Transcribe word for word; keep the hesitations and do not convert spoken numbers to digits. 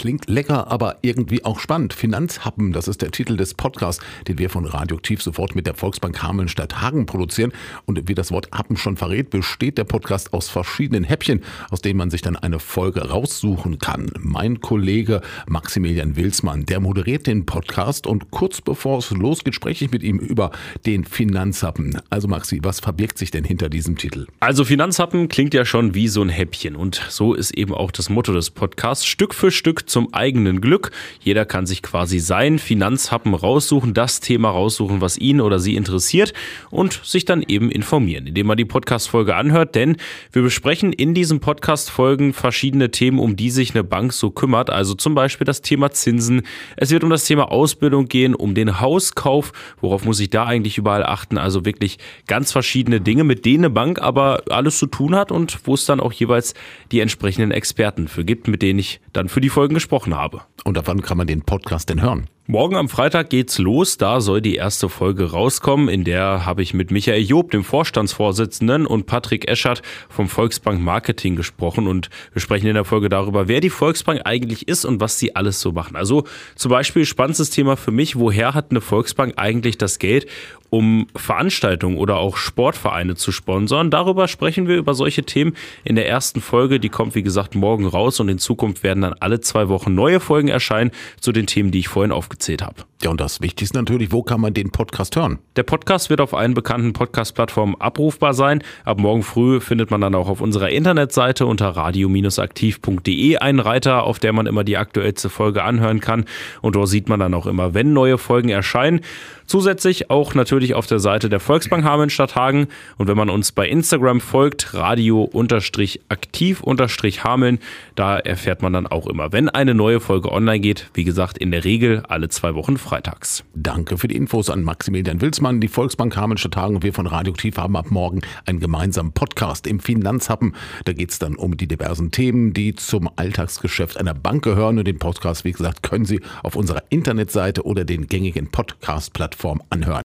Klingt lecker, aber irgendwie auch spannend. Finanzhappen, das ist der Titel des Podcasts, den wir von Radioaktiv sofort mit der Volksbank Hameln-Stadthagen produzieren. Und wie das Wort Happen schon verrät, besteht der Podcast aus verschiedenen Häppchen, aus denen man sich dann eine Folge raussuchen kann. Mein Kollege Maximilian Wilsmann, der moderiert den Podcast und kurz bevor es losgeht, spreche ich mit ihm über den Finanzhappen. Also Maxi, was verbirgt sich denn hinter diesem Titel? Also Finanzhappen klingt ja schon wie so ein Häppchen und so ist eben auch das Motto des Podcasts. Stück für Stück zum eigenen Glück. Jeder kann sich quasi sein Finanzhappen raussuchen, das Thema raussuchen, was ihn oder sie interessiert und sich dann eben informieren, indem man die Podcast-Folge anhört, denn wir besprechen in diesen Podcast-Folgen verschiedene Themen, um die sich eine Bank so kümmert, also zum Beispiel das Thema Zinsen. Es wird um das Thema Ausbildung gehen, um den Hauskauf, worauf muss ich da eigentlich überall achten, also wirklich ganz verschiedene Dinge, mit denen eine Bank aber alles zu tun hat und wo es dann auch jeweils die entsprechenden Experten für gibt, mit denen ich dann für die Folgen gesprochen habe. Und ab wann kann man den Podcast denn hören? Morgen am Freitag geht's los, da soll die erste Folge rauskommen, in der habe ich mit Michael Job, dem Vorstandsvorsitzenden, und Patrick Eschert vom Volksbank Marketing gesprochen und wir sprechen in der Folge darüber, wer die Volksbank eigentlich ist und was sie alles so machen. Also zum Beispiel spannendes Thema für mich, woher hat eine Volksbank eigentlich das Geld, um Veranstaltungen oder auch Sportvereine zu sponsern? Darüber sprechen wir, über solche Themen in der ersten Folge, die kommt wie gesagt morgen raus und in Zukunft werden dann alle zwei Wochen neue Folgen erscheinen zu den Themen, die ich vorhin aufgezählt habe. Ja, und das Wichtigste natürlich, wo kann man den Podcast hören? Der Podcast wird auf allen bekannten Podcast-Plattformen abrufbar sein. Ab morgen früh findet man dann auch auf unserer Internetseite unter radio aktiv punkt de einen Reiter, auf der man immer die aktuellste Folge anhören kann. Und dort sieht man dann auch immer, wenn neue Folgen erscheinen. Zusätzlich auch natürlich auf der Seite der Volksbank Hameln-Stadthagen. Und wenn man uns bei Instagram folgt, radio-aktiv-hameln, da erfährt man dann auch immer, wenn eine neue Folge online geht. Wie gesagt, in der Regel alle zwei Wochen freitags. Danke für die Infos an Maximilian Wilsmann, die Volksbank Hameln-Stadthagen und wir von Radioaktiv haben ab morgen einen gemeinsamen Podcast im Finanzhappen. Da geht es dann um die diversen Themen, die zum Alltagsgeschäft einer Bank gehören. Und den Podcast, wie gesagt, können Sie auf unserer Internetseite oder den gängigen Podcast-Plattformen anhören.